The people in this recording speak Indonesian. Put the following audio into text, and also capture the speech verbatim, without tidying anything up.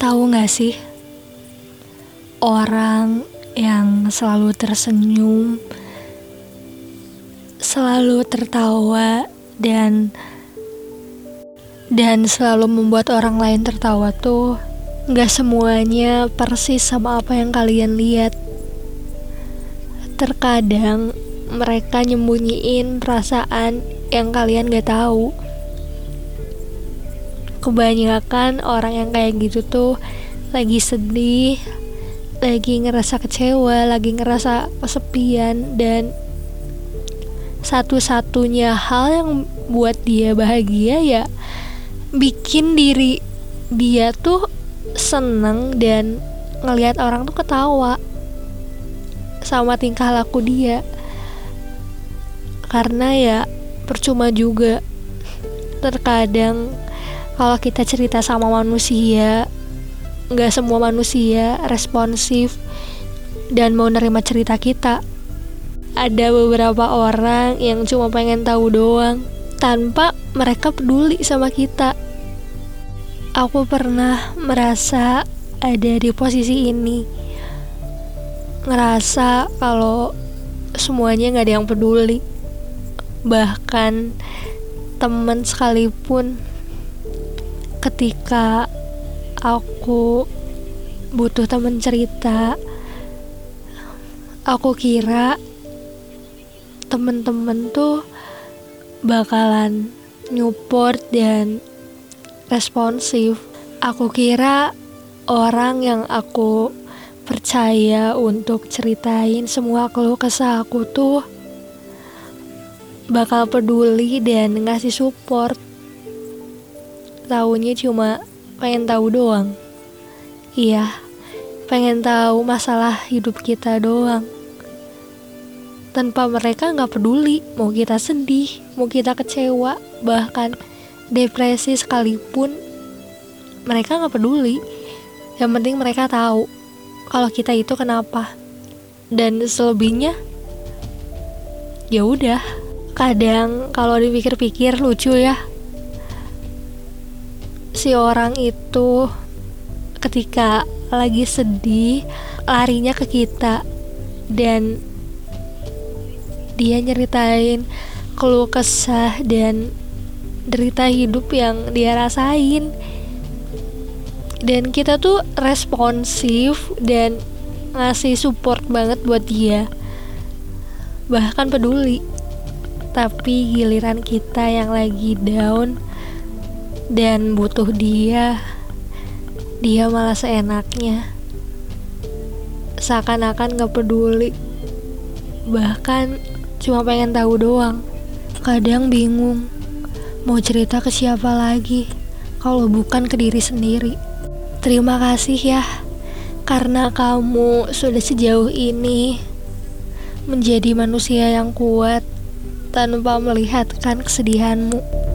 Tahu gak sih, orang yang selalu tersenyum, selalu tertawa, dan dan selalu membuat orang lain tertawa tuh gak semuanya persis sama apa yang kalian lihat. Terkadang mereka nyembunyiin perasaan yang kalian gak tahu. Kebanyakan orang yang kayak gitu tuh lagi sedih, lagi ngerasa kecewa, lagi ngerasa kesepian, dan satu-satunya hal yang buat dia bahagia ya bikin diri dia tuh seneng dan ngelihat orang tuh ketawa sama tingkah laku dia. Karena ya percuma juga, terkadang kalau kita cerita sama manusia, gak semua manusia responsif dan mau nerima cerita kita. Ada beberapa orang yang cuma pengen tahu doang, tanpa mereka peduli sama kita. Aku pernah merasa ada di posisi ini, ngerasa kalau semuanya gak ada yang peduli. Bahkan teman sekalipun, ketika aku butuh teman cerita, aku kira temen-temen tuh bakalan nyupport dan responsif. Aku kira orang yang aku percaya untuk ceritain semua keluh kesah aku tuh bakal peduli dan ngasih support. Taunya cuma pengen tahu doang. Iya, pengen tahu masalah hidup kita doang. Tanpa mereka gak peduli mau kita sedih, mau kita kecewa, bahkan depresi sekalipun, mereka gak peduli. Yang penting mereka tahu kalau kita itu kenapa. Dan selebihnya ya udah. Kadang kalau dipikir-pikir lucu ya, si orang itu ketika lagi sedih larinya ke kita dan dia nyeritain keluh kesah dan derita hidup yang dia rasain, dan kita tuh responsif dan ngasih support banget buat dia, bahkan peduli. Tapi giliran kita yang lagi down dan butuh dia, dia malah seenaknya, seakan-akan gak peduli, bahkan cuma pengen tahu doang. Kadang bingung mau cerita ke siapa lagi kalau bukan ke diri sendiri. Terima kasih ya, karena kamu sudah sejauh ini menjadi manusia yang kuat tanpa melihatkan kesedihanmu.